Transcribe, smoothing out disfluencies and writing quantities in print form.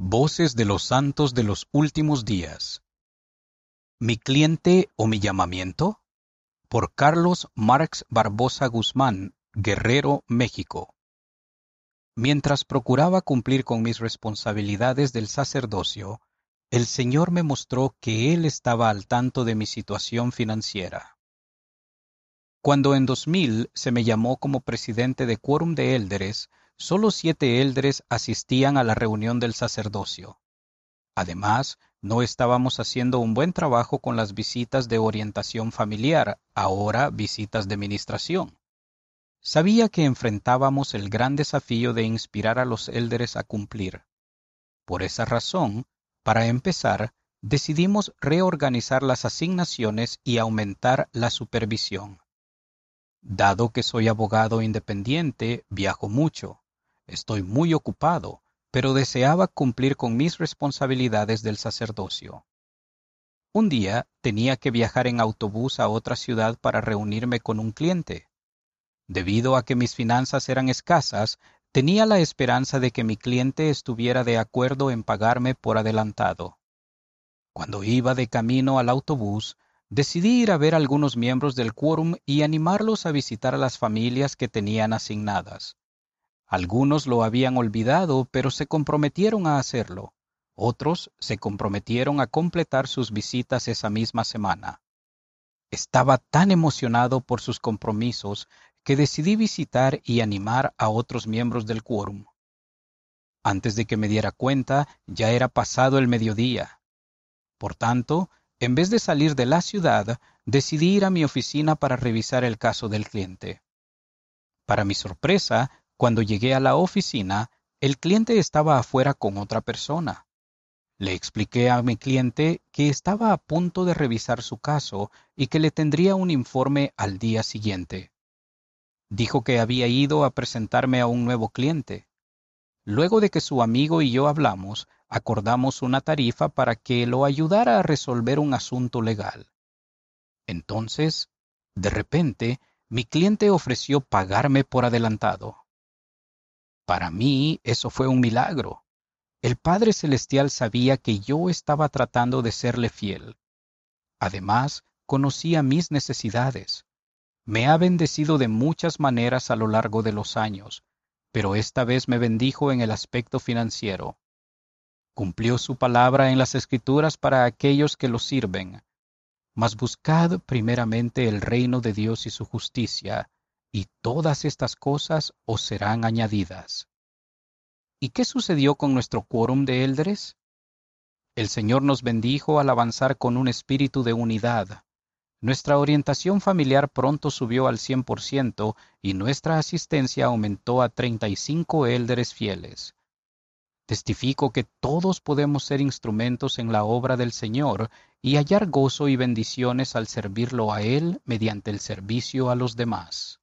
Voces de los santos de los últimos días. ¿Mi cliente o mi llamamiento? Por Carlos Marx Barbosa Guzmán, Guerrero, México. Mientras procuraba cumplir con mis responsabilidades del sacerdocio, el Señor me mostró que Él estaba al tanto de mi situación financiera. Cuando en 2000 se me llamó como presidente de Quórum de Élderes, solo 7 élderes asistían a la reunión del sacerdocio. Además, no estábamos haciendo un buen trabajo con las visitas de orientación familiar, ahora visitas de ministración. Sabía que enfrentábamos el gran desafío de inspirar a los élderes a cumplir. Por esa razón, para empezar, decidimos reorganizar las asignaciones y aumentar la supervisión. Dado que soy abogado independiente, viajo mucho. Estoy muy ocupado, pero deseaba cumplir con mis responsabilidades del sacerdocio. Un día tenía que viajar en autobús a otra ciudad para reunirme con un cliente. Debido a que mis finanzas eran escasas, tenía la esperanza de que mi cliente estuviera de acuerdo en pagarme por adelantado. Cuando iba de camino al autobús, decidí ir a ver a algunos miembros del quórum y animarlos a visitar a las familias que tenían asignadas. Algunos lo habían olvidado, pero se comprometieron a hacerlo. Otros se comprometieron a completar sus visitas esa misma semana. Estaba tan emocionado por sus compromisos que decidí visitar y animar a otros miembros del quórum. Antes de que me diera cuenta, ya era pasado el mediodía. Por tanto, en vez de salir de la ciudad, decidí ir a mi oficina para revisar el caso del cliente. Para mi sorpresa, cuando llegué a la oficina, el cliente estaba afuera con otra persona. Le expliqué a mi cliente que estaba a punto de revisar su caso y que le tendría un informe al día siguiente. Dijo que había ido a presentarme a un nuevo cliente. Luego de que su amigo y yo hablamos, acordamos una tarifa para que lo ayudara a resolver un asunto legal. Entonces, de repente, mi cliente ofreció pagarme por adelantado. Para mí, eso fue un milagro. El Padre Celestial sabía que yo estaba tratando de serle fiel. Además, conocía mis necesidades. Me ha bendecido de muchas maneras a lo largo de los años, pero esta vez me bendijo en el aspecto financiero. Cumplió su palabra en las Escrituras para aquellos que lo sirven. Mas buscad primeramente el reino de Dios y su justicia, y todas estas cosas os serán añadidas. ¿Y qué sucedió con nuestro quórum de élderes? El Señor nos bendijo al avanzar con un espíritu de unidad. Nuestra orientación familiar pronto subió al 100% y nuestra asistencia aumentó a 35 élderes fieles. Testifico que todos podemos ser instrumentos en la obra del Señor y hallar gozo y bendiciones al servirlo a Él mediante el servicio a los demás.